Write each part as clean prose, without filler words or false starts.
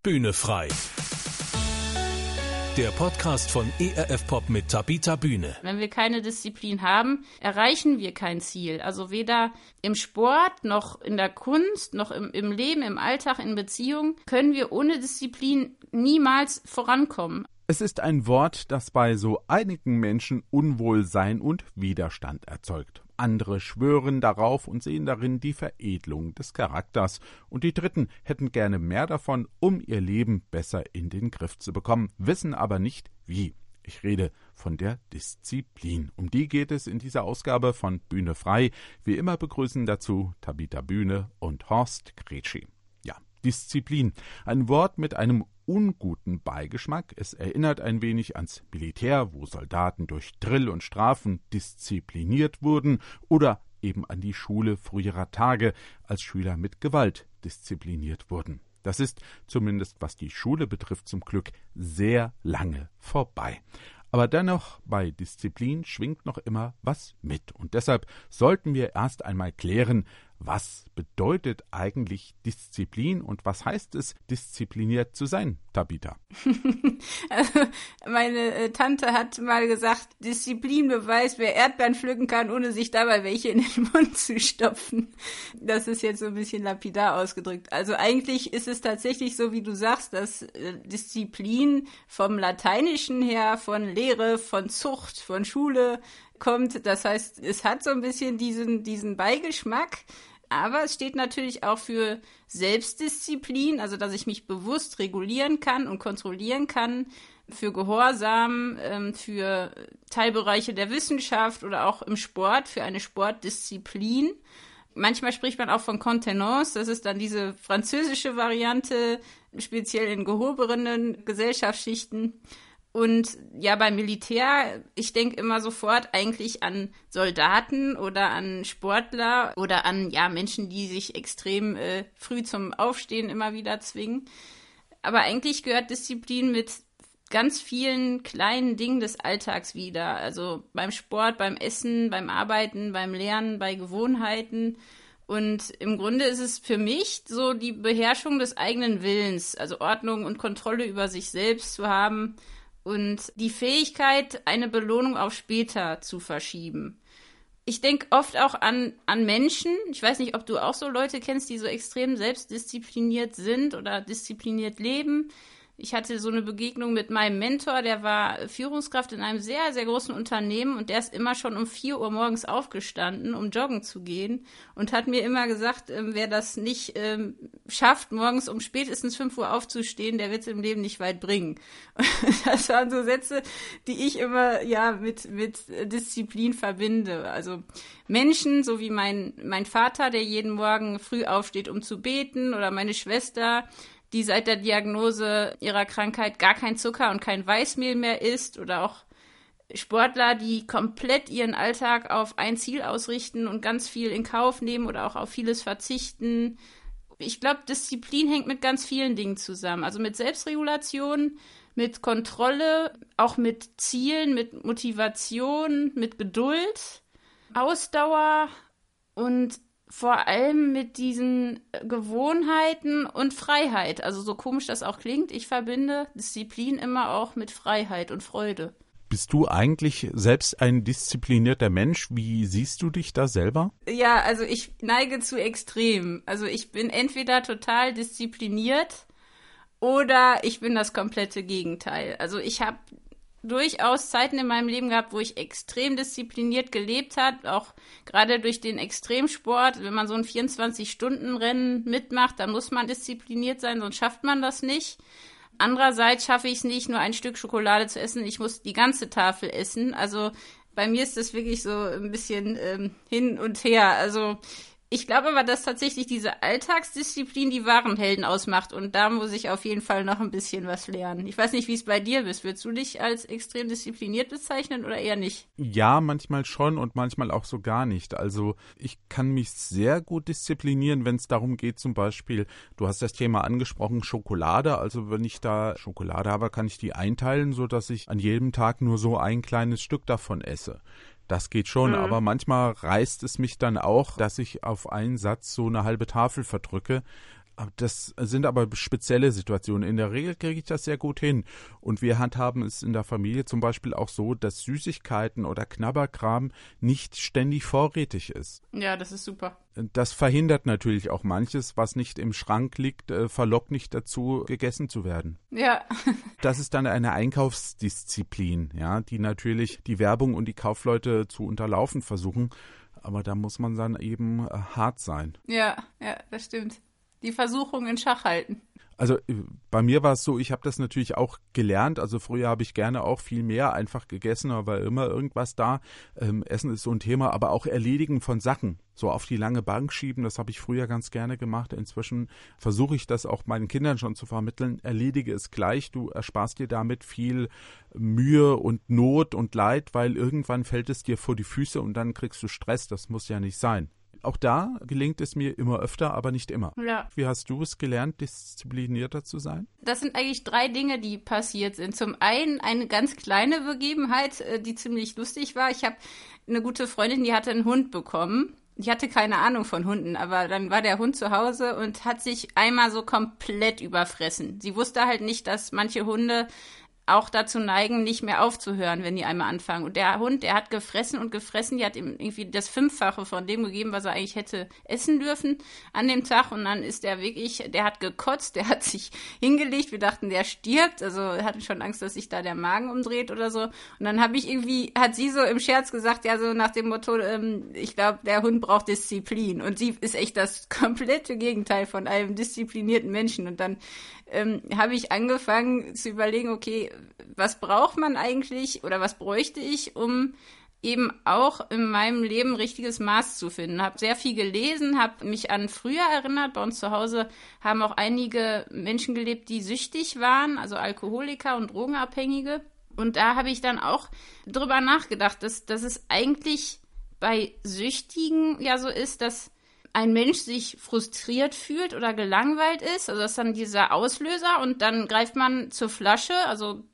Bühne frei. Der Podcast von ERF Pop mit Tabita Bühne. Wenn wir keine Disziplin haben, erreichen wir kein Ziel. Also weder im Sport, noch in der Kunst, noch im Leben, im Alltag, in Beziehungen können wir ohne Disziplin niemals vorankommen. Es ist ein Wort, das bei so einigen Menschen Unwohlsein und Widerstand erzeugt. Andere schwören darauf und sehen darin die Veredelung des Charakters. Und die Dritten hätten gerne mehr davon, um ihr Leben besser in den Griff zu bekommen, wissen aber nicht wie. Ich rede von der Disziplin. Um die geht es in dieser Ausgabe von Bühne frei. Wie immer begrüßen dazu Tabita Bühne und Horst Gretschi. Ja, Disziplin. Ein Wort mit einem unguten Beigeschmack. Es erinnert ein wenig ans Militär, wo Soldaten durch Drill und Strafen diszipliniert wurden, oder eben an die Schule früherer Tage, als Schüler mit Gewalt diszipliniert wurden. Das ist, zumindest was die Schule betrifft, zum Glück sehr lange vorbei. Aber dennoch, bei Disziplin schwingt noch immer was mit. Und deshalb sollten wir erst einmal klären, was bedeutet eigentlich Disziplin und was heißt es, diszipliniert zu sein, Tabita? Also meine Tante hat mal gesagt, Disziplin beweist, wer Erdbeeren pflücken kann, ohne sich dabei welche in den Mund zu stopfen. Das ist jetzt so ein bisschen lapidar ausgedrückt. Also eigentlich ist es tatsächlich so, wie du sagst, dass Disziplin vom Lateinischen her, von Lehre, von Zucht, von Schule kommt. Das heißt, es hat so ein bisschen diesen Beigeschmack. Aber es steht natürlich auch für Selbstdisziplin, also dass ich mich bewusst regulieren kann und kontrollieren kann, für Gehorsam, für Teilbereiche der Wissenschaft oder auch im Sport, für eine Sportdisziplin. Manchmal spricht man auch von Contenance, das ist dann diese französische Variante, speziell in gehobenen Gesellschaftsschichten. Und ja, beim Militär, ich denke immer sofort eigentlich an Soldaten oder an Sportler oder an Menschen, die sich extrem früh zum Aufstehen immer wieder zwingen. Aber eigentlich gehört Disziplin mit ganz vielen kleinen Dingen des Alltags wieder. Also beim Sport, beim Essen, beim Arbeiten, beim Lernen, bei Gewohnheiten. Und im Grunde ist es für mich so die Beherrschung des eigenen Willens, also Ordnung und Kontrolle über sich selbst zu haben, und die Fähigkeit, eine Belohnung auf später zu verschieben. Ich denke oft auch an Menschen, ich weiß nicht, ob du auch so Leute kennst, die so extrem selbstdiszipliniert sind oder diszipliniert leben. Ich hatte so eine Begegnung mit meinem Mentor, der war Führungskraft in einem sehr, sehr großen Unternehmen und der ist immer schon um 4 Uhr morgens aufgestanden, um joggen zu gehen, und hat mir immer gesagt, wer das nicht schafft, morgens um spätestens 5 Uhr aufzustehen, der wird es im Leben nicht weit bringen. Und das waren so Sätze, die ich immer mit Disziplin verbinde. Also Menschen, so wie mein Vater, der jeden Morgen früh aufsteht, um zu beten, oder meine Schwester, die seit der Diagnose ihrer Krankheit gar kein Zucker und kein Weißmehl mehr isst, oder auch Sportler, die komplett ihren Alltag auf ein Ziel ausrichten und ganz viel in Kauf nehmen oder auch auf vieles verzichten. Ich glaube, Disziplin hängt mit ganz vielen Dingen zusammen. Also mit Selbstregulation, mit Kontrolle, auch mit Zielen, mit Motivation, mit Geduld, Ausdauer und vor allem mit diesen Gewohnheiten und Freiheit. Also so komisch das auch klingt, ich verbinde Disziplin immer auch mit Freiheit und Freude. Bist du eigentlich selbst ein disziplinierter Mensch? Wie siehst du dich da selber? Ja, also ich neige zu Extremen. Also ich bin entweder total diszipliniert oder ich bin das komplette Gegenteil. Also ich habe durchaus Zeiten in meinem Leben gehabt, wo ich extrem diszipliniert gelebt habe, auch gerade durch den Extremsport. Wenn man so ein 24-Stunden-Rennen mitmacht, dann muss man diszipliniert sein, sonst schafft man das nicht. Andererseits schaffe ich es nicht, nur ein Stück Schokolade zu essen, ich muss die ganze Tafel essen. Also bei mir ist das wirklich so ein bisschen hin und her. Also ich glaube aber, dass tatsächlich diese Alltagsdisziplin die wahren Helden ausmacht, und da muss ich auf jeden Fall noch ein bisschen was lernen. Ich weiß nicht, wie es bei dir ist. Würdest du dich als extrem diszipliniert bezeichnen oder eher nicht? Ja, manchmal schon und manchmal auch so gar nicht. Also ich kann mich sehr gut disziplinieren, wenn es darum geht, zum Beispiel, du hast das Thema angesprochen, Schokolade. Also wenn ich da Schokolade habe, kann ich die einteilen, sodass ich an jedem Tag nur so ein kleines Stück davon esse. Das geht schon, aber manchmal reißt es mich dann auch, dass ich auf einen Satz so eine halbe Tafel verdrücke. Das sind aber spezielle Situationen. In der Regel kriege ich das sehr gut hin. Und wir handhaben es in der Familie zum Beispiel auch so, dass Süßigkeiten oder Knabberkram nicht ständig vorrätig ist. Ja, das ist super. Das verhindert natürlich auch manches, was nicht im Schrank liegt, verlockt nicht dazu, gegessen zu werden. Ja. Das ist dann eine Einkaufsdisziplin, ja, die natürlich die Werbung und die Kaufleute zu unterlaufen versuchen. Aber da muss man dann eben hart sein. Ja, das stimmt. Die Versuchung in Schach halten. Also bei mir war es so, ich habe das natürlich auch gelernt. Also früher habe ich gerne auch viel mehr einfach gegessen, aber war immer irgendwas da. Essen ist so ein Thema, aber auch Erledigen von Sachen. So auf die lange Bank schieben, das habe ich früher ganz gerne gemacht. Inzwischen versuche ich das auch meinen Kindern schon zu vermitteln. Erledige es gleich, du ersparst dir damit viel Mühe und Not und Leid, weil irgendwann fällt es dir vor die Füße und dann kriegst du Stress. Das muss ja nicht sein. Auch da gelingt es mir immer öfter, aber nicht immer. Ja. Wie hast du es gelernt, disziplinierter zu sein? Das sind eigentlich 3 Dinge, die passiert sind. Zum einen eine ganz kleine Begebenheit, die ziemlich lustig war. Ich habe eine gute Freundin, die hatte einen Hund bekommen. Die hatte keine Ahnung von Hunden, aber dann war der Hund zu Hause und hat sich einmal so komplett überfressen. Sie wusste halt nicht, dass manche Hunde auch dazu neigen, nicht mehr aufzuhören, wenn die einmal anfangen. Und der Hund, der hat gefressen und gefressen, die hat ihm irgendwie das 5-fache von dem gegeben, was er eigentlich hätte essen dürfen an dem Tag. Und dann ist der wirklich, der hat gekotzt, der hat sich hingelegt, wir dachten, der stirbt. Also wir hatten schon Angst, dass sich da der Magen umdreht oder so. Und dann hat sie so im Scherz gesagt, ja, so nach dem Motto, ich glaube, der Hund braucht Disziplin. Und sie ist echt das komplette Gegenteil von einem disziplinierten Menschen. Und dann habe ich angefangen zu überlegen, okay, was braucht man eigentlich oder was bräuchte ich, um eben auch in meinem Leben richtiges Maß zu finden. Habe sehr viel gelesen, habe mich an früher erinnert. Bei uns zu Hause haben auch einige Menschen gelebt, die süchtig waren, also Alkoholiker und Drogenabhängige. Und da habe ich dann auch drüber nachgedacht, dass es eigentlich bei Süchtigen ja so ist, dass ein Mensch sich frustriert fühlt oder gelangweilt ist, also das ist dann dieser Auslöser und dann greift man zur Flasche, also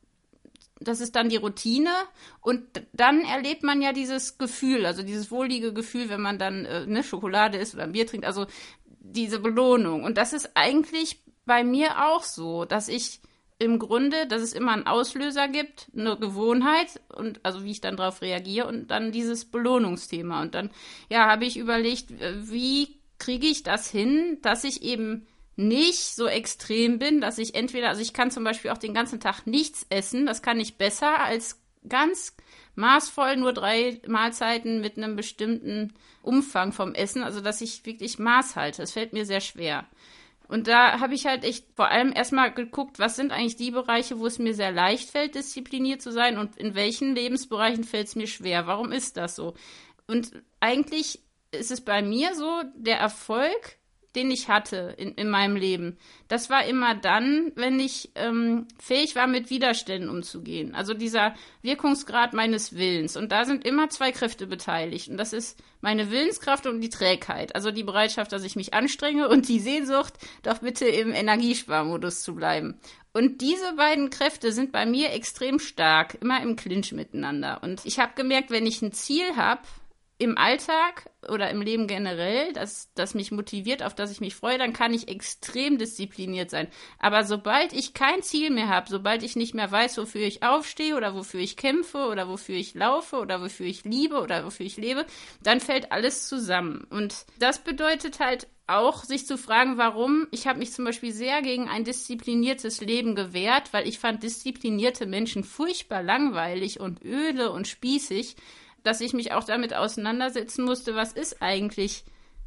das ist dann die Routine und dann erlebt man ja dieses Gefühl, also dieses wohlige Gefühl, wenn man dann Schokolade isst oder ein Bier trinkt, also diese Belohnung. Und das ist eigentlich bei mir auch so, dass ich im Grunde, dass es immer einen Auslöser gibt, eine Gewohnheit und also wie ich dann darauf reagiere und dann dieses Belohnungsthema. Und dann, ja, habe ich überlegt, wie kriege ich das hin, dass ich eben nicht so extrem bin, dass ich entweder, also ich kann zum Beispiel auch den ganzen Tag nichts essen, das kann ich besser als ganz maßvoll nur 3 Mahlzeiten mit einem bestimmten Umfang vom Essen, also dass ich wirklich Maß halte. Das fällt mir sehr schwer. Und da habe ich halt echt vor allem erstmal geguckt, was sind eigentlich die Bereiche, wo es mir sehr leicht fällt, diszipliniert zu sein und in welchen Lebensbereichen fällt es mir schwer. Warum ist das so? Und eigentlich ist es bei mir so, der Erfolg, den ich hatte in meinem Leben, das war immer dann, wenn ich fähig war, mit Widerständen umzugehen. Also dieser Wirkungsgrad meines Willens. Und da sind immer 2 Kräfte beteiligt. Und das ist meine Willenskraft und die Trägheit. Also die Bereitschaft, dass ich mich anstrenge und die Sehnsucht, doch bitte im Energiesparmodus zu bleiben. Und diese beiden Kräfte sind bei mir extrem stark, immer im Clinch miteinander. Und ich habe gemerkt, wenn ich ein Ziel habe, im Alltag oder im Leben generell, das mich motiviert, auf das ich mich freue, dann kann ich extrem diszipliniert sein. Aber sobald ich kein Ziel mehr habe, sobald ich nicht mehr weiß, wofür ich aufstehe oder wofür ich kämpfe oder wofür ich laufe oder wofür ich liebe oder wofür ich lebe, dann fällt alles zusammen. Und das bedeutet halt auch, sich zu fragen, warum. Ich habe mich zum Beispiel sehr gegen ein diszipliniertes Leben gewehrt, weil ich fand disziplinierte Menschen furchtbar langweilig und öde und spießig, dass ich mich auch damit auseinandersetzen musste, was ist eigentlich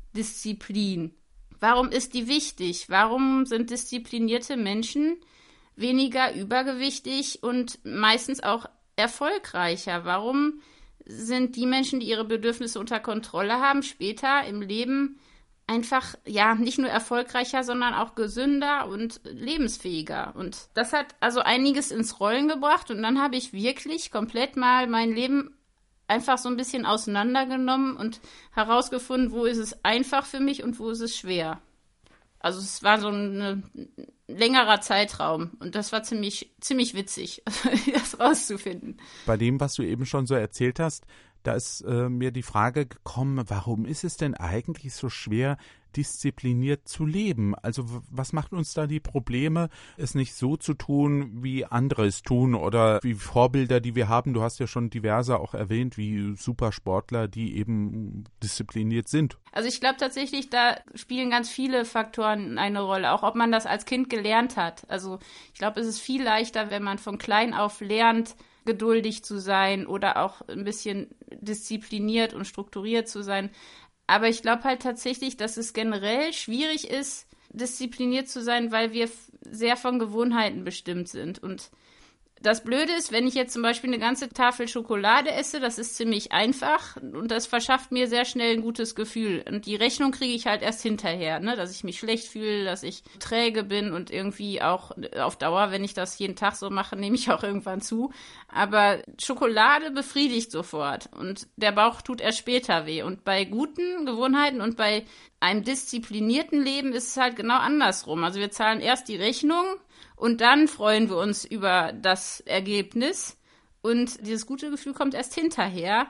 Disziplin? Warum ist die wichtig? Warum sind disziplinierte Menschen weniger übergewichtig und meistens auch erfolgreicher? Warum sind die Menschen, die ihre Bedürfnisse unter Kontrolle haben, später im Leben einfach, ja, nicht nur erfolgreicher, sondern auch gesünder und lebensfähiger? Und das hat also einiges ins Rollen gebracht und dann habe ich wirklich komplett mal mein Leben einfach so ein bisschen auseinandergenommen und herausgefunden, wo ist es einfach für mich und wo ist es schwer. Also es war so ein längerer Zeitraum und das war ziemlich witzig, das rauszufinden. Bei dem, was du eben schon so erzählt hast, Da ist mir die Frage gekommen, warum ist es denn eigentlich so schwer, diszipliniert zu leben? Also was macht uns da die Probleme, es nicht so zu tun, wie andere es tun oder wie Vorbilder, die wir haben? Du hast ja schon diverse auch erwähnt, wie Supersportler, die eben diszipliniert sind. Also ich glaube tatsächlich, da spielen ganz viele Faktoren eine Rolle, auch ob man das als Kind gelernt hat. Also ich glaube, es ist viel leichter, wenn man von klein auf lernt, geduldig zu sein oder auch ein bisschen diszipliniert und strukturiert zu sein. Aber ich glaube halt tatsächlich, dass es generell schwierig ist, diszipliniert zu sein, weil wir sehr von Gewohnheiten bestimmt sind. Und das Blöde ist, wenn ich jetzt zum Beispiel eine ganze Tafel Schokolade esse, das ist ziemlich einfach und das verschafft mir sehr schnell ein gutes Gefühl. Und die Rechnung kriege ich halt erst hinterher, ne? Dass ich mich schlecht fühle, dass ich träge bin und irgendwie auch auf Dauer, wenn ich das jeden Tag so mache, nehme ich auch irgendwann zu. Aber Schokolade befriedigt sofort und der Bauch tut erst später weh. Und bei guten Gewohnheiten und bei einem disziplinierten Leben ist es halt genau andersrum. Also wir zahlen erst die Rechnung und dann freuen wir uns über das Ergebnis. Und dieses gute Gefühl kommt erst hinterher,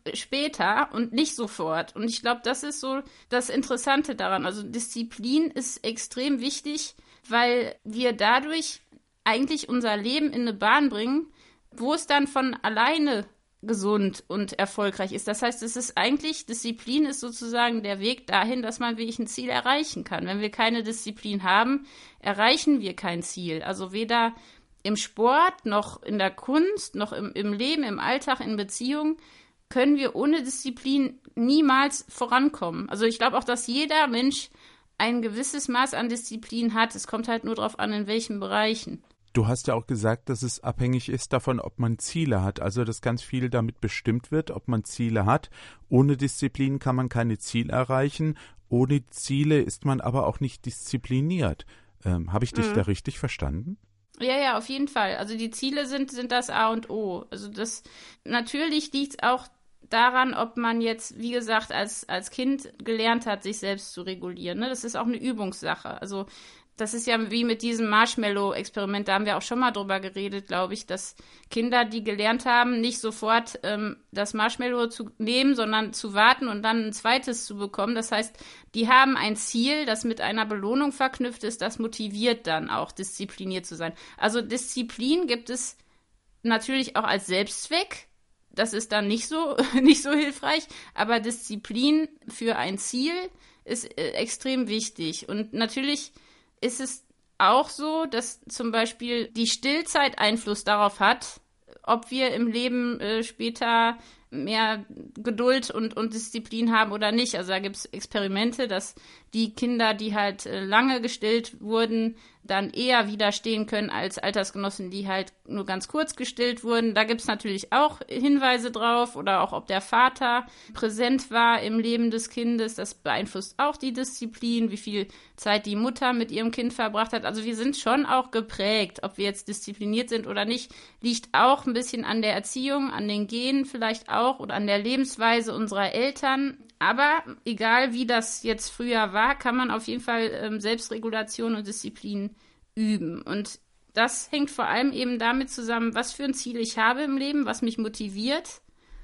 später und nicht sofort. Und ich glaube, das ist so das Interessante daran. Also Disziplin ist extrem wichtig, weil wir dadurch eigentlich unser Leben in eine Bahn bringen, wo es dann von alleine gesund und erfolgreich ist. Das heißt, Disziplin ist sozusagen der Weg dahin, dass man wirklich ein Ziel erreichen kann. Wenn wir keine Disziplin haben, erreichen wir kein Ziel. Also weder im Sport, noch in der Kunst, noch im Leben, im Alltag, in Beziehungen können wir ohne Disziplin niemals vorankommen. Also ich glaube auch, dass jeder Mensch ein gewisses Maß an Disziplin hat. Es kommt halt nur darauf an, in welchen Bereichen. Du hast ja auch gesagt, dass es abhängig ist davon, ob man Ziele hat. Also, dass ganz viel damit bestimmt wird, ob man Ziele hat. Ohne Disziplin kann man keine Ziele erreichen. Ohne Ziele ist man aber auch nicht diszipliniert. Habe ich dich da richtig verstanden? Ja, auf jeden Fall. Also die Ziele sind das A und O. Also natürlich liegt es auch daran, ob man jetzt, wie gesagt, als Kind gelernt hat, sich selbst zu regulieren. Ne? Das ist auch eine Übungssache. Also das ist ja wie mit diesem Marshmallow-Experiment, da haben wir auch schon mal drüber geredet, glaube ich, dass Kinder, die gelernt haben, nicht sofort das Marshmallow zu nehmen, sondern zu warten und dann ein zweites zu bekommen. Das heißt, die haben ein Ziel, das mit einer Belohnung verknüpft ist, das motiviert dann auch, diszipliniert zu sein. Also Disziplin gibt es natürlich auch als Selbstzweck. Das ist dann nicht so hilfreich, aber Disziplin für ein Ziel ist extrem wichtig. Und natürlich ist es auch so, dass zum Beispiel die Stillzeit Einfluss darauf hat, ob wir im Leben später mehr Geduld und Disziplin haben oder nicht. Also da gibt es Experimente, dass die Kinder, die halt lange gestillt wurden, dann eher widerstehen können als Altersgenossen, die halt nur ganz kurz gestillt wurden. Da gibt es natürlich auch Hinweise drauf oder auch, ob der Vater präsent war im Leben des Kindes. Das beeinflusst auch die Disziplin, wie viel Zeit die Mutter mit ihrem Kind verbracht hat. Also wir sind schon auch geprägt, ob wir jetzt diszipliniert sind oder nicht, liegt auch ein bisschen an der Erziehung, an den Genen vielleicht auch oder an der Lebensweise unserer Eltern. Aber egal, wie das jetzt früher war, kann man auf jeden Fall Selbstregulation und Disziplin üben. Und das hängt vor allem eben damit zusammen, was für ein Ziel ich habe im Leben, was mich motiviert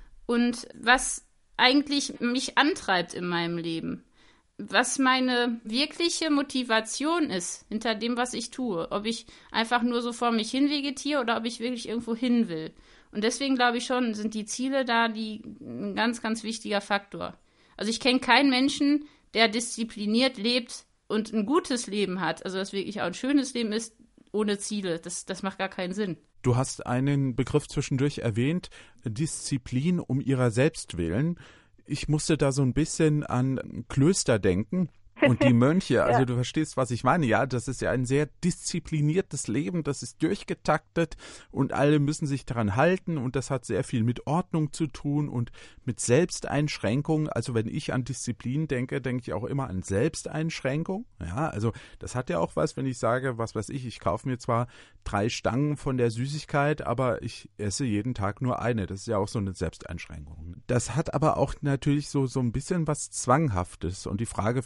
und was eigentlich mich antreibt in meinem Leben. Was meine wirkliche Motivation ist hinter dem, was ich tue. Ob ich einfach nur so vor mich hin vegetiere oder ob ich wirklich irgendwo hin will. Und deswegen glaube ich schon, sind die Ziele da ein ganz, ganz wichtiger Faktor. Also ich kenne keinen Menschen, der diszipliniert lebt und ein gutes Leben hat, also das wirklich auch ein schönes Leben ist, ohne Ziele. Das macht gar keinen Sinn. Du hast einen Begriff zwischendurch erwähnt, Disziplin um ihrer selbst willen. Ich musste da so ein bisschen an Klöster denken. Und die Mönche, also du verstehst, was ich meine, ja, das ist ja ein sehr diszipliniertes Leben, das ist durchgetaktet und alle müssen sich daran halten und das hat sehr viel mit Ordnung zu tun und mit Selbsteinschränkung. Also wenn ich an Disziplin denke, denke ich auch immer an Selbsteinschränkung. Ja, also das hat ja auch was, wenn ich sage, was weiß ich kaufe mir zwar 3 Stangen von der Süßigkeit, aber ich esse jeden Tag nur eine. Das ist ja auch so eine Selbsteinschränkung. Das hat aber auch natürlich so ein bisschen was Zwanghaftes und die Frage für mich wäre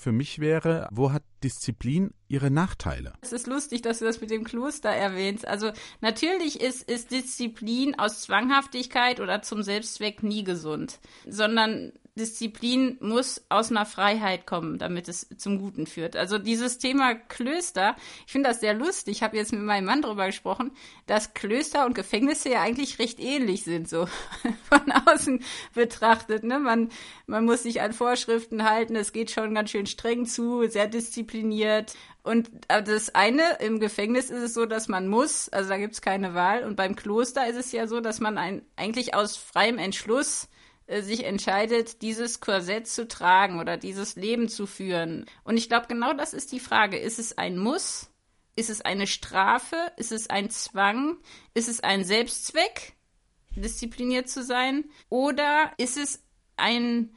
wäre, wo hat Disziplin ihre Nachteile? Es ist lustig, dass du das mit dem Kloster erwähnst. Also natürlich ist Disziplin aus Zwanghaftigkeit oder zum Selbstzweck nie gesund, sondern Disziplin muss aus einer Freiheit kommen, damit es zum Guten führt. Also dieses Thema Klöster, ich finde das sehr lustig. Ich habe jetzt mit meinem Mann drüber gesprochen, dass Klöster und Gefängnisse ja eigentlich recht ähnlich sind, so von außen betrachtet. Ne? Man muss sich an Vorschriften halten, es geht schon ganz schön streng zu, sehr diszipliniert. Und das eine, im Gefängnis ist es so, dass man muss, also da gibt's keine Wahl. Und beim Kloster ist es ja so, dass man eigentlich aus freiem Entschluss sich entscheidet, dieses Korsett zu tragen oder dieses Leben zu führen. Und ich glaube, genau das ist die Frage. Ist es ein Muss? Ist es eine Strafe? Ist es ein Zwang? Ist es ein Selbstzweck, diszipliniert zu sein? Oder ist es ein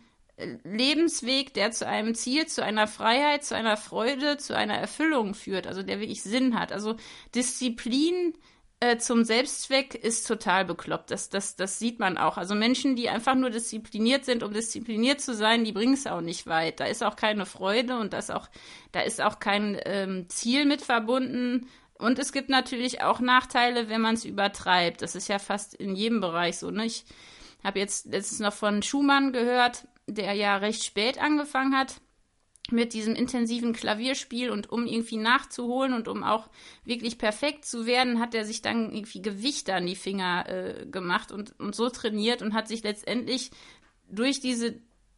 Lebensweg, der zu einem Ziel, zu einer Freiheit, zu einer Freude, zu einer Erfüllung führt, also der wirklich Sinn hat? Also Disziplin zum Selbstzweck ist total bekloppt. Das sieht man auch. Also Menschen, die einfach nur diszipliniert sind, um diszipliniert zu sein, die bringen es auch nicht weit. Da ist auch keine Freude und da ist auch kein Ziel mit verbunden. Und es gibt natürlich auch Nachteile, wenn man es übertreibt. Das ist ja fast in jedem Bereich so. Ne? Ich habe jetzt letztens noch von Schumann gehört, der ja recht spät angefangen hat mit diesem intensiven Klavierspiel, und um irgendwie nachzuholen und um auch wirklich perfekt zu werden, hat er sich dann irgendwie Gewichte an die Finger gemacht und so trainiert und hat sich letztendlich durch diese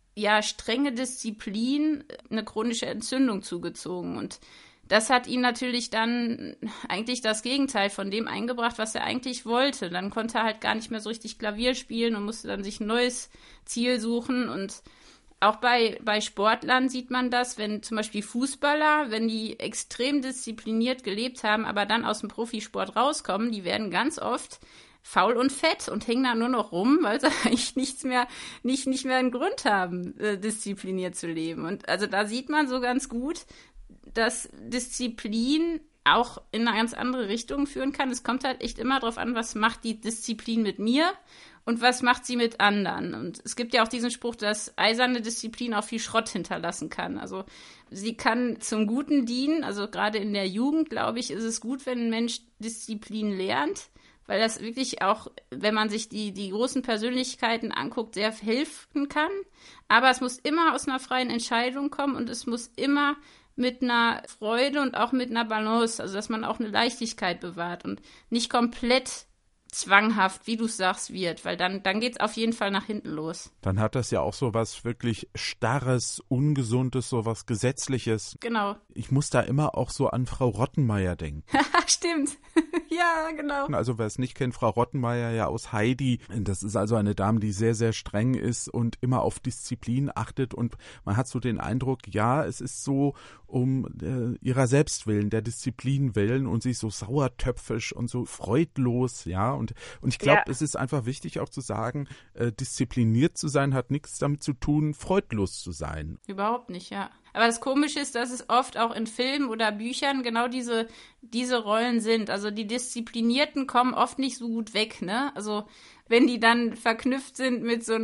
strenge Disziplin eine chronische Entzündung zugezogen. Und das hat ihm natürlich dann eigentlich das Gegenteil von dem eingebracht, was er eigentlich wollte. Dann konnte er halt gar nicht mehr so richtig Klavier spielen und musste dann sich ein neues Ziel suchen. Und auch bei Sportlern sieht man das, wenn zum Beispiel Fußballer, wenn die extrem diszipliniert gelebt haben, aber dann aus dem Profisport rauskommen, die werden ganz oft faul und fett und hängen da nur noch rum, weil sie eigentlich nicht mehr einen Grund haben, diszipliniert zu leben. Und also da sieht man so ganz gut, dass Disziplin auch in eine ganz andere Richtung führen kann. Es kommt halt echt immer darauf an, was macht die Disziplin mit mir und was macht sie mit anderen. Und es gibt ja auch diesen Spruch, dass eiserne Disziplin auch viel Schrott hinterlassen kann. Also sie kann zum Guten dienen. Also gerade in der Jugend, glaube ich, ist es gut, wenn ein Mensch Disziplin lernt, weil das wirklich auch, wenn man sich die großen Persönlichkeiten anguckt, sehr helfen kann. Aber es muss immer aus einer freien Entscheidung kommen und es muss immer mit einer Freude und auch mit einer Balance, also dass man auch eine Leichtigkeit bewahrt und nicht komplett zwanghaft, wie du sagst, wird, weil dann geht's auf jeden Fall nach hinten los. Dann hat das ja auch so was wirklich Starres, Ungesundes, so was Gesetzliches. Genau. Ich muss da immer auch so an Frau Rottenmeier denken. Stimmt. Ja, genau. Also wer es nicht kennt, Frau Rottenmeier ja aus Heidi, das ist also eine Dame, die sehr, sehr streng ist und immer auf Disziplin achtet, und man hat so den Eindruck, ja, es ist so um ihrer selbst willen, der Disziplin willen, und sie ist so sauertöpfisch und so freudlos, ja, und ich glaube, es ist einfach wichtig auch zu sagen, diszipliniert zu sein hat nichts damit zu tun, freudlos zu sein. Überhaupt nicht, ja. Aber das Komische ist, dass es oft auch in Filmen oder Büchern genau diese Rollen sind. Also die Disziplinierten kommen oft nicht so gut weg, ne? Also wenn die dann verknüpft sind mit so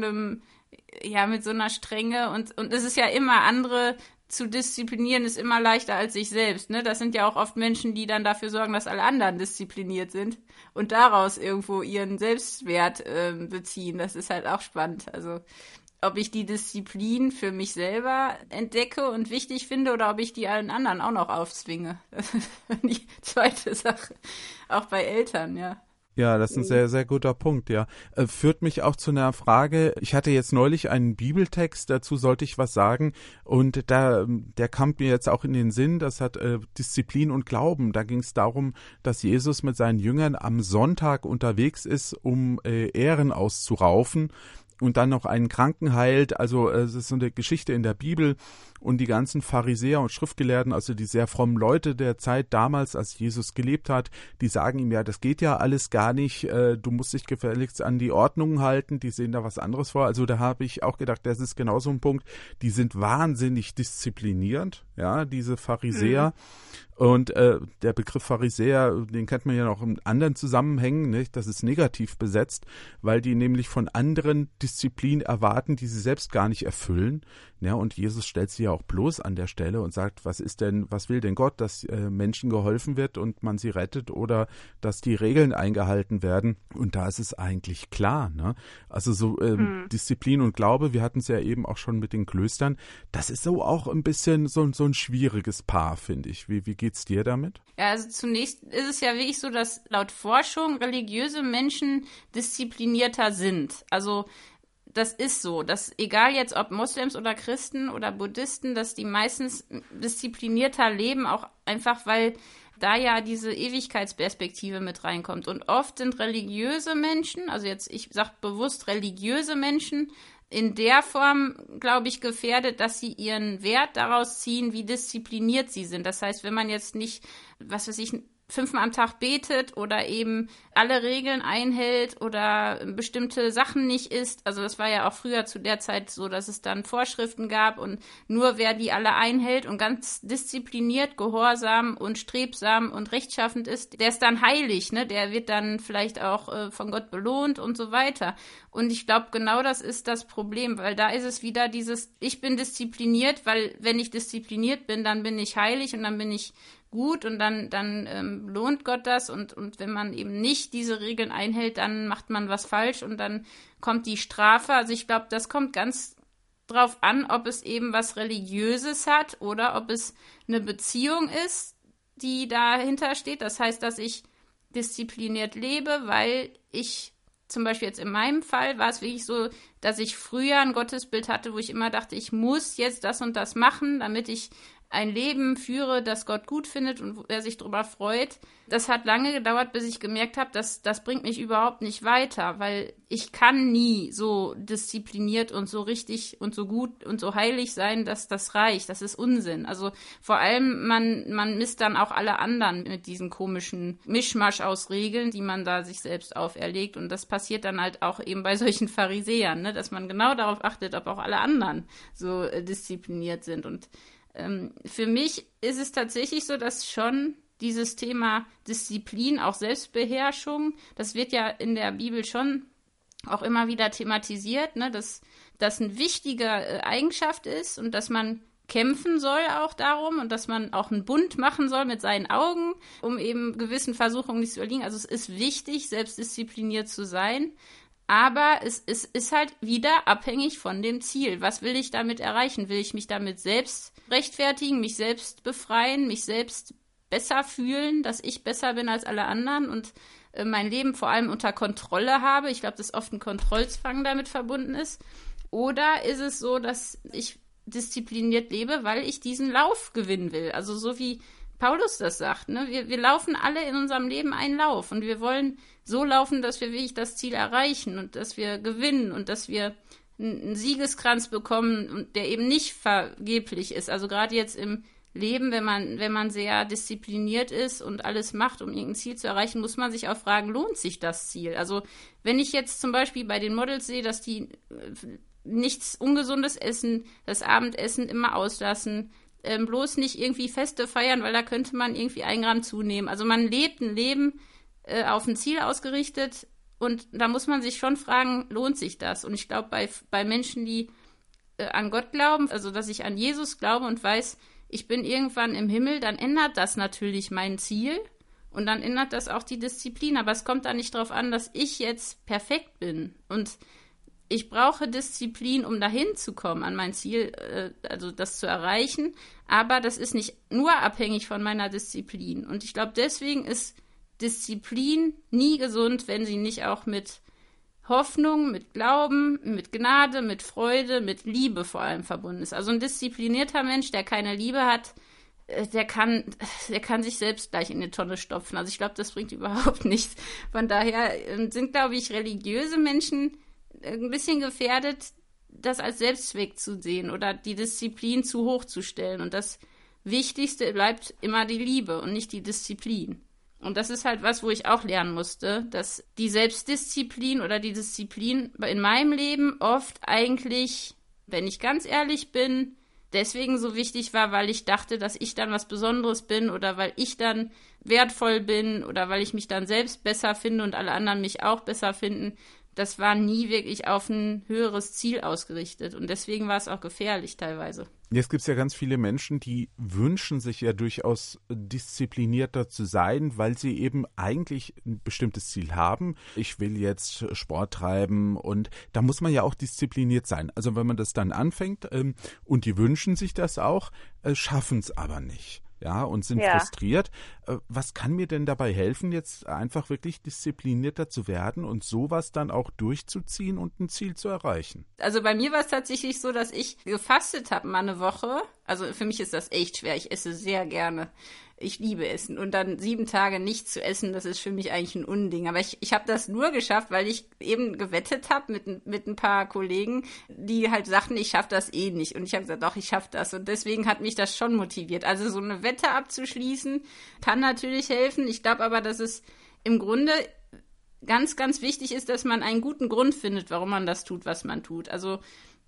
einer Strenge, und es ist ja immer, andere zu disziplinieren ist immer leichter als sich selbst, ne? Das sind ja auch oft Menschen, die dann dafür sorgen, dass alle anderen diszipliniert sind und daraus irgendwo ihren Selbstwert beziehen. Das ist halt auch spannend. Also ob ich die Disziplin für mich selber entdecke und wichtig finde oder ob ich die allen anderen auch noch aufzwinge. Das ist die zweite Sache. Auch bei Eltern, ja. Ja, das ist ein sehr, sehr guter Punkt, ja. Führt mich auch zu einer Frage. Ich hatte jetzt neulich einen Bibeltext, dazu sollte ich was sagen, und der kam mir jetzt auch in den Sinn, das hat Disziplin und Glauben. Da ging es darum, dass Jesus mit seinen Jüngern am Sonntag unterwegs ist, um Ähren auszuraufen und dann noch einen Kranken heilt. Also es ist so eine Geschichte in der Bibel, und die ganzen Pharisäer und Schriftgelehrten, also die sehr frommen Leute der Zeit damals, als Jesus gelebt hat, die sagen ihm, ja, das geht ja alles gar nicht, du musst dich gefälligst an die Ordnungen halten, die sehen da was anderes vor. Also da habe ich auch gedacht, das ist genau so ein Punkt, die sind wahnsinnig disziplinierend, ja, diese Pharisäer. Und der Begriff Pharisäer, den kennt man ja noch in anderen Zusammenhängen, nicht? Das ist negativ besetzt, weil die nämlich von anderen Disziplin erwarten, die sie selbst gar nicht erfüllen. Ja, und Jesus stellt sie ja auch bloß an der Stelle und sagt, was will denn Gott, dass Menschen geholfen wird und man sie rettet oder dass die Regeln eingehalten werden. Und da ist es eigentlich klar, ne? Also so Disziplin und Glaube, wir hatten es ja eben auch schon mit den Klöstern, das ist so auch ein bisschen so ein schwieriges Paar, finde ich. Wie geht's dir damit? Ja, also zunächst ist es ja wirklich so, dass laut Forschung religiöse Menschen disziplinierter sind. Also das ist so, dass egal jetzt ob Moslems oder Christen oder Buddhisten, dass die meistens disziplinierter leben, auch einfach, weil da ja diese Ewigkeitsperspektive mit reinkommt. Und oft sind religiöse Menschen, also jetzt, ich sage bewusst religiöse Menschen, in der Form, glaube ich, gefährdet, dass sie ihren Wert daraus ziehen, wie diszipliniert sie sind. Das heißt, wenn man jetzt nicht, was weiß ich, 5-mal am Tag betet oder eben alle Regeln einhält oder bestimmte Sachen nicht isst. Also das war ja auch früher zu der Zeit so, dass es dann Vorschriften gab und nur wer die alle einhält und ganz diszipliniert, gehorsam und strebsam und rechtschaffend ist, der ist dann heilig, ne? Der wird dann vielleicht auch von Gott belohnt und so weiter. Und ich glaube, genau das ist das Problem, weil da ist es wieder dieses, ich bin diszipliniert, weil wenn ich diszipliniert bin, dann bin ich heilig und dann bin ich gut und dann lohnt Gott das und wenn man eben nicht diese Regeln einhält, dann macht man was falsch und dann kommt die Strafe. Also ich glaube, das kommt ganz drauf an, ob es eben was Religiöses hat oder ob es eine Beziehung ist, die dahinter steht. Das heißt, dass ich diszipliniert lebe, weil ich zum Beispiel jetzt in meinem Fall war es wirklich so, dass ich früher ein Gottesbild hatte, wo ich immer dachte, ich muss jetzt das und das machen, damit ich ein Leben führe, das Gott gut findet und wo er sich darüber freut. Das hat lange gedauert, bis ich gemerkt habe, dass das bringt mich überhaupt nicht weiter, weil ich kann nie so diszipliniert und so richtig und so gut und so heilig sein, dass das reicht. Das ist Unsinn. Also vor allem, man misst dann auch alle anderen mit diesen komischen Mischmasch aus Regeln, die man da sich selbst auferlegt. Und das passiert dann halt auch eben bei solchen Pharisäern, ne? Dass man genau darauf achtet, ob auch alle anderen so diszipliniert sind. Und für mich ist es tatsächlich so, dass schon dieses Thema Disziplin, auch Selbstbeherrschung, das wird ja in der Bibel schon auch immer wieder thematisiert, ne, dass das eine wichtige Eigenschaft ist und dass man kämpfen soll auch darum und dass man auch einen Bund machen soll mit seinen Augen, um eben gewissen Versuchungen nicht zu erliegen. Also es ist wichtig, selbstdiszipliniert zu sein. Aber es ist halt wieder abhängig von dem Ziel. Was will ich damit erreichen? Will ich mich damit selbst rechtfertigen, mich selbst befreien, mich selbst besser fühlen, dass ich besser bin als alle anderen und mein Leben vor allem unter Kontrolle habe? Ich glaube, dass oft ein Kontrollzwang damit verbunden ist. Oder ist es so, dass ich diszipliniert lebe, weil ich diesen Lauf gewinnen will? Also so wie Paulus das sagt, ne? Wir laufen alle in unserem Leben einen Lauf und wir wollen so laufen, dass wir wirklich das Ziel erreichen und dass wir gewinnen und dass wir einen Siegeskranz bekommen, der eben nicht vergeblich ist. Also gerade jetzt im Leben, wenn man sehr diszipliniert ist und alles macht, um irgendein Ziel zu erreichen, muss man sich auch fragen, lohnt sich das Ziel? Also wenn ich jetzt zum Beispiel bei den Models sehe, dass die nichts Ungesundes essen, das Abendessen immer auslassen, bloß nicht irgendwie Feste feiern, weil da könnte man irgendwie 1 Gramm zunehmen. Also man lebt ein Leben auf ein Ziel ausgerichtet und da muss man sich schon fragen, lohnt sich das? Und ich glaube, bei Menschen, die an Gott glauben, also dass ich an Jesus glaube und weiß, ich bin irgendwann im Himmel, dann ändert das natürlich mein Ziel und dann ändert das auch die Disziplin. Aber es kommt da nicht drauf an, dass ich jetzt perfekt bin und ich brauche Disziplin, um dahin zu kommen, an mein Ziel, also das zu erreichen. Aber das ist nicht nur abhängig von meiner Disziplin. Und ich glaube, deswegen ist Disziplin nie gesund, wenn sie nicht auch mit Hoffnung, mit Glauben, mit Gnade, mit Freude, mit Liebe vor allem verbunden ist. Also ein disziplinierter Mensch, der keine Liebe hat, der kann sich selbst gleich in eine Tonne stopfen. Also ich glaube, das bringt überhaupt nichts. Von daher sind, glaube ich, religiöse Menschen ein bisschen gefährdet, das als Selbstzweck zu sehen oder die Disziplin zu hoch zu stellen. Und das Wichtigste bleibt immer die Liebe und nicht die Disziplin. Und das ist halt was, wo ich auch lernen musste, dass die Selbstdisziplin oder die Disziplin in meinem Leben oft eigentlich, wenn ich ganz ehrlich bin, deswegen so wichtig war, weil ich dachte, dass ich dann was Besonderes bin oder weil ich dann wertvoll bin oder weil ich mich dann selbst besser finde und alle anderen mich auch besser finden. das war nie wirklich auf ein höheres Ziel ausgerichtet. Und deswegen war es auch gefährlich teilweise. Jetzt gibt es ja ganz viele Menschen, die wünschen sich ja durchaus disziplinierter zu sein, weil sie eben eigentlich ein bestimmtes Ziel haben. Ich will jetzt Sport treiben und da muss man ja auch diszipliniert sein. Also wenn man das dann anfängt und die wünschen sich das auch, schaffen es aber nicht. Ja, und sind frustriert. Was kann mir denn dabei helfen, jetzt einfach wirklich disziplinierter zu werden und sowas dann auch durchzuziehen und ein Ziel zu erreichen? Also bei mir war es tatsächlich so, dass ich gefastet habe mal eine Woche. Also für mich ist das echt schwer. Ich esse sehr gerne. Ich liebe Essen. Und dann 7 Tage nichts zu essen, das ist für mich eigentlich ein Unding. Aber ich habe das nur geschafft, weil ich eben gewettet habe mit ein paar Kollegen, die halt sagten, ich schaffe das eh nicht. Und ich habe gesagt, doch, ich schaffe das. Und deswegen hat mich das schon motiviert. Also so eine Wette abzuschließen, kann natürlich helfen. Ich glaube aber, dass es im Grunde ganz, ganz wichtig ist, dass man einen guten Grund findet, warum man das tut, was man tut. Also,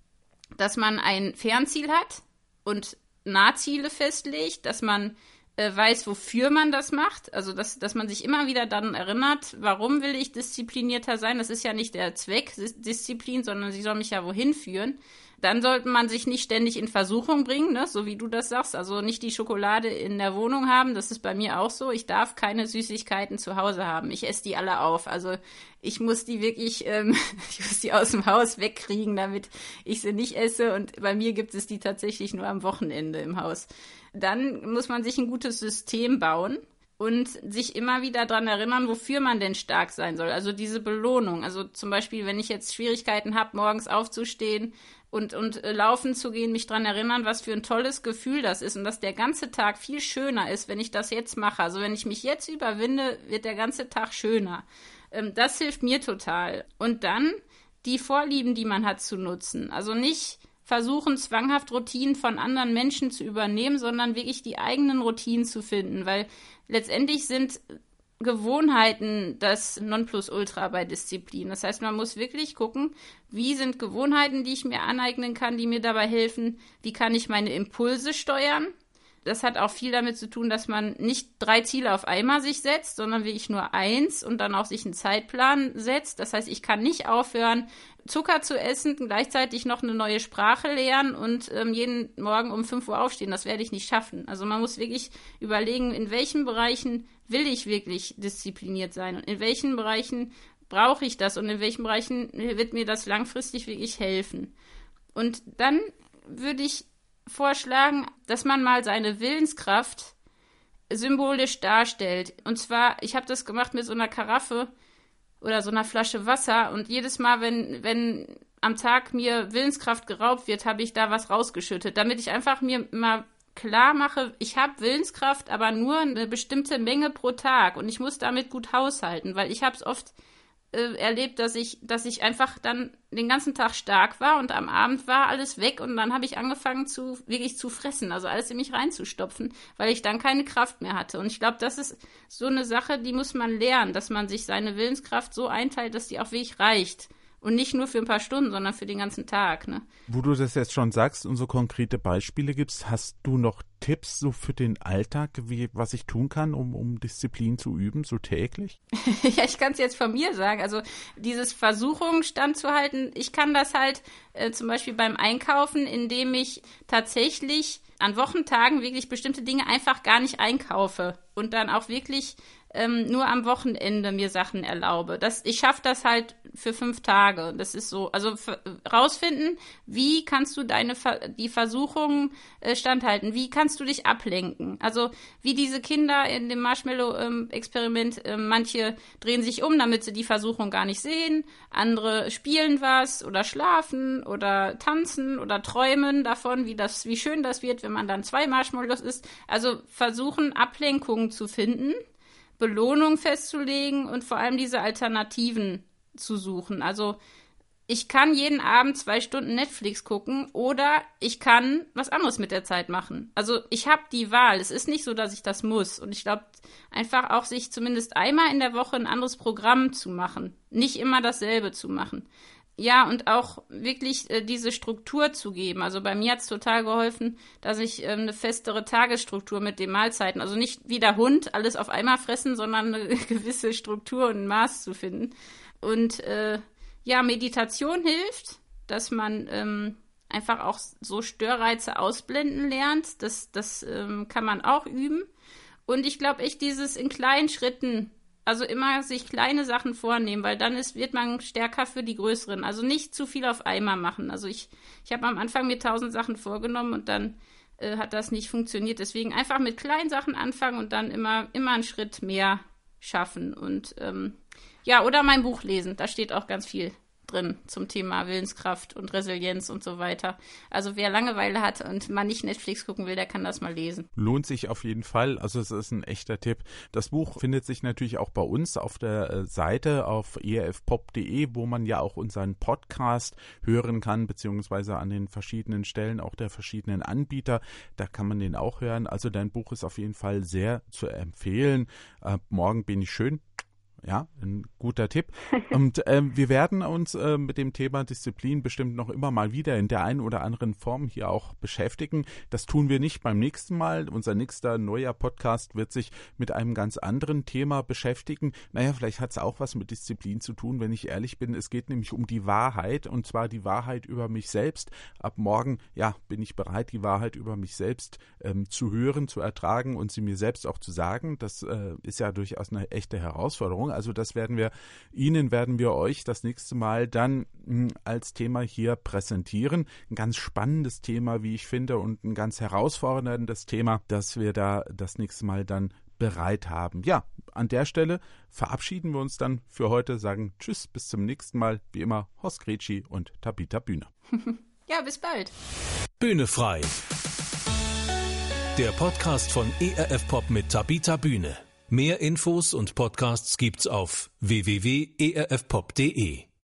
dass man ein Fernziel hat und Nahziele festlegt, dass man weiß, wofür man das macht, also dass man sich immer wieder dann erinnert, warum will ich disziplinierter sein, das ist ja nicht der Zweck, Disziplin, sondern sie soll mich ja wohin führen. Dann sollte man sich nicht ständig in Versuchung bringen, ne? So wie du das sagst, also nicht die Schokolade in der Wohnung haben, das ist bei mir auch so, ich darf keine Süßigkeiten zu Hause haben, ich esse die alle auf, also ich muss die wirklich, ich muss die aus dem Haus wegkriegen, damit ich sie nicht esse und bei mir gibt es die tatsächlich nur am Wochenende im Haus. Dann muss man sich ein gutes System bauen und sich immer wieder daran erinnern, wofür man denn stark sein soll. Also diese Belohnung. Also zum Beispiel, wenn ich jetzt Schwierigkeiten habe, morgens aufzustehen und laufen zu gehen, mich daran erinnern, was für ein tolles Gefühl das ist und dass der ganze Tag viel schöner ist, wenn ich das jetzt mache. Also wenn ich mich jetzt überwinde, wird der ganze Tag schöner. Das hilft mir total. Und dann die Vorlieben, die man hat, zu nutzen. Also nicht versuchen, zwanghaft Routinen von anderen Menschen zu übernehmen, sondern wirklich die eigenen Routinen zu finden, weil letztendlich sind Gewohnheiten das Nonplusultra bei Disziplin. Das heißt, man muss wirklich gucken, wie sind Gewohnheiten, die ich mir aneignen kann, die mir dabei helfen, wie kann ich meine Impulse steuern. Das hat auch viel damit zu tun, dass man nicht 3 Ziele auf einmal sich setzt, sondern wirklich nur 1 und dann auch sich einen Zeitplan setzt. Das heißt, ich kann nicht aufhören, Zucker zu essen, gleichzeitig noch eine neue Sprache lernen und jeden Morgen um 5 Uhr aufstehen. Das werde ich nicht schaffen. Also man muss wirklich überlegen, in welchen Bereichen will ich wirklich diszipliniert sein und in welchen Bereichen brauche ich das und in welchen Bereichen wird mir das langfristig wirklich helfen. Und dann würde ich vorschlagen, dass man mal seine Willenskraft symbolisch darstellt. Und zwar, ich habe das gemacht mit so einer Karaffe oder so einer Flasche Wasser und jedes Mal, wenn am Tag mir Willenskraft geraubt wird, habe ich da was rausgeschüttet, damit ich einfach mir mal klar mache, ich habe Willenskraft, aber nur eine bestimmte Menge pro Tag und ich muss damit gut haushalten, weil ich habe es oft erlebt, dass ich einfach dann den ganzen Tag stark war und am Abend war alles weg und dann habe ich angefangen wirklich zu fressen, also alles in mich reinzustopfen, weil ich dann keine Kraft mehr hatte. Und ich glaube, das ist so eine Sache, die muss man lernen, dass man sich seine Willenskraft so einteilt, dass die auch wirklich reicht. Und nicht nur für ein paar Stunden, sondern für den ganzen Tag, ne? Wo du das jetzt schon sagst und so konkrete Beispiele gibst, hast du noch Tipps so für den Alltag, was ich tun kann, um Disziplin zu üben, so täglich? Ja, ich kann es jetzt von mir sagen. Also dieses Versuchung standzuhalten, ich kann das halt zum Beispiel beim Einkaufen, indem ich tatsächlich an Wochentagen wirklich bestimmte Dinge einfach gar nicht einkaufe und dann auch wirklich nur am Wochenende mir Sachen erlaube. Ich schaffe das halt für 5 Tage. Das ist so, also rausfinden, wie kannst du die Versuchungen standhalten, wie kannst du dich ablenken. Also wie diese Kinder in dem Marshmallow-Experiment, manche drehen sich um, damit sie die Versuchung gar nicht sehen, andere spielen was oder schlafen oder tanzen oder träumen davon, wie schön das wird, wenn man dann 2 Marshmallows isst. Also versuchen, Ablenkungen zu finden, Belohnung festzulegen und vor allem diese Alternativen zu suchen. Also ich kann jeden Abend 2 Stunden Netflix gucken oder ich kann was anderes mit der Zeit machen. Also ich habe die Wahl. Es ist nicht so, dass ich das muss. Und ich glaube, einfach auch sich zumindest einmal in der Woche ein anderes Programm zu machen. Nicht immer dasselbe zu machen. Ja, und auch wirklich diese Struktur zu geben. Also bei mir hat es total geholfen, dass ich eine festere Tagesstruktur mit den Mahlzeiten, also nicht wie der Hund alles auf einmal fressen, sondern eine gewisse Struktur und ein Maß zu finden. Und Ja, Meditation hilft, dass man einfach auch so Störreize ausblenden lernt. Das kann man auch üben. Und ich glaube echt dieses in kleinen Schritten, also immer sich kleine Sachen vornehmen, weil dann wird man stärker für die größeren. Also nicht zu viel auf einmal machen. Also ich habe am Anfang mir 1000 Sachen vorgenommen und dann hat das nicht funktioniert. Deswegen einfach mit kleinen Sachen anfangen und dann immer einen Schritt mehr schaffen. Und oder mein Buch lesen. Da steht auch ganz viel drin zum Thema Willenskraft und Resilienz und so weiter. Also wer Langeweile hat und mal nicht Netflix gucken will, der kann das mal lesen. Lohnt sich auf jeden Fall. Also es ist ein echter Tipp. Das Buch findet sich natürlich auch bei uns auf der Seite auf erfpop.de, wo man ja auch unseren Podcast hören kann, beziehungsweise an den verschiedenen Stellen auch der verschiedenen Anbieter. Da kann man den auch hören. Also dein Buch ist auf jeden Fall sehr zu empfehlen. Morgen bin ich schön. Ja, ein guter Tipp. Und wir werden uns mit dem Thema Disziplin bestimmt noch immer mal wieder in der einen oder anderen Form hier auch beschäftigen. Das tun wir nicht beim nächsten Mal. Unser nächster neuer Podcast wird sich mit einem ganz anderen Thema beschäftigen. Naja, vielleicht hat es auch was mit Disziplin zu tun, wenn ich ehrlich bin. Es geht nämlich um die Wahrheit, und zwar die Wahrheit über mich selbst. Ab morgen, bin ich bereit, die Wahrheit über mich selbst zu hören, zu ertragen und sie mir selbst auch zu sagen. Das ist ja durchaus eine echte Herausforderung. Also das werden wir euch das nächste Mal dann als Thema hier präsentieren. Ein ganz spannendes Thema, wie ich finde, und ein ganz herausforderndes Thema, das wir da das nächste Mal dann bereit haben. Ja, an der Stelle verabschieden wir uns dann für heute, sagen Tschüss, bis zum nächsten Mal. Wie immer, Horst Gretschi und Tabita Bühne. Ja, bis bald. Bühne frei. Der Podcast von ERF Pop mit Tabita Bühne. Mehr Infos und Podcasts gibt's auf www.erfpop.de.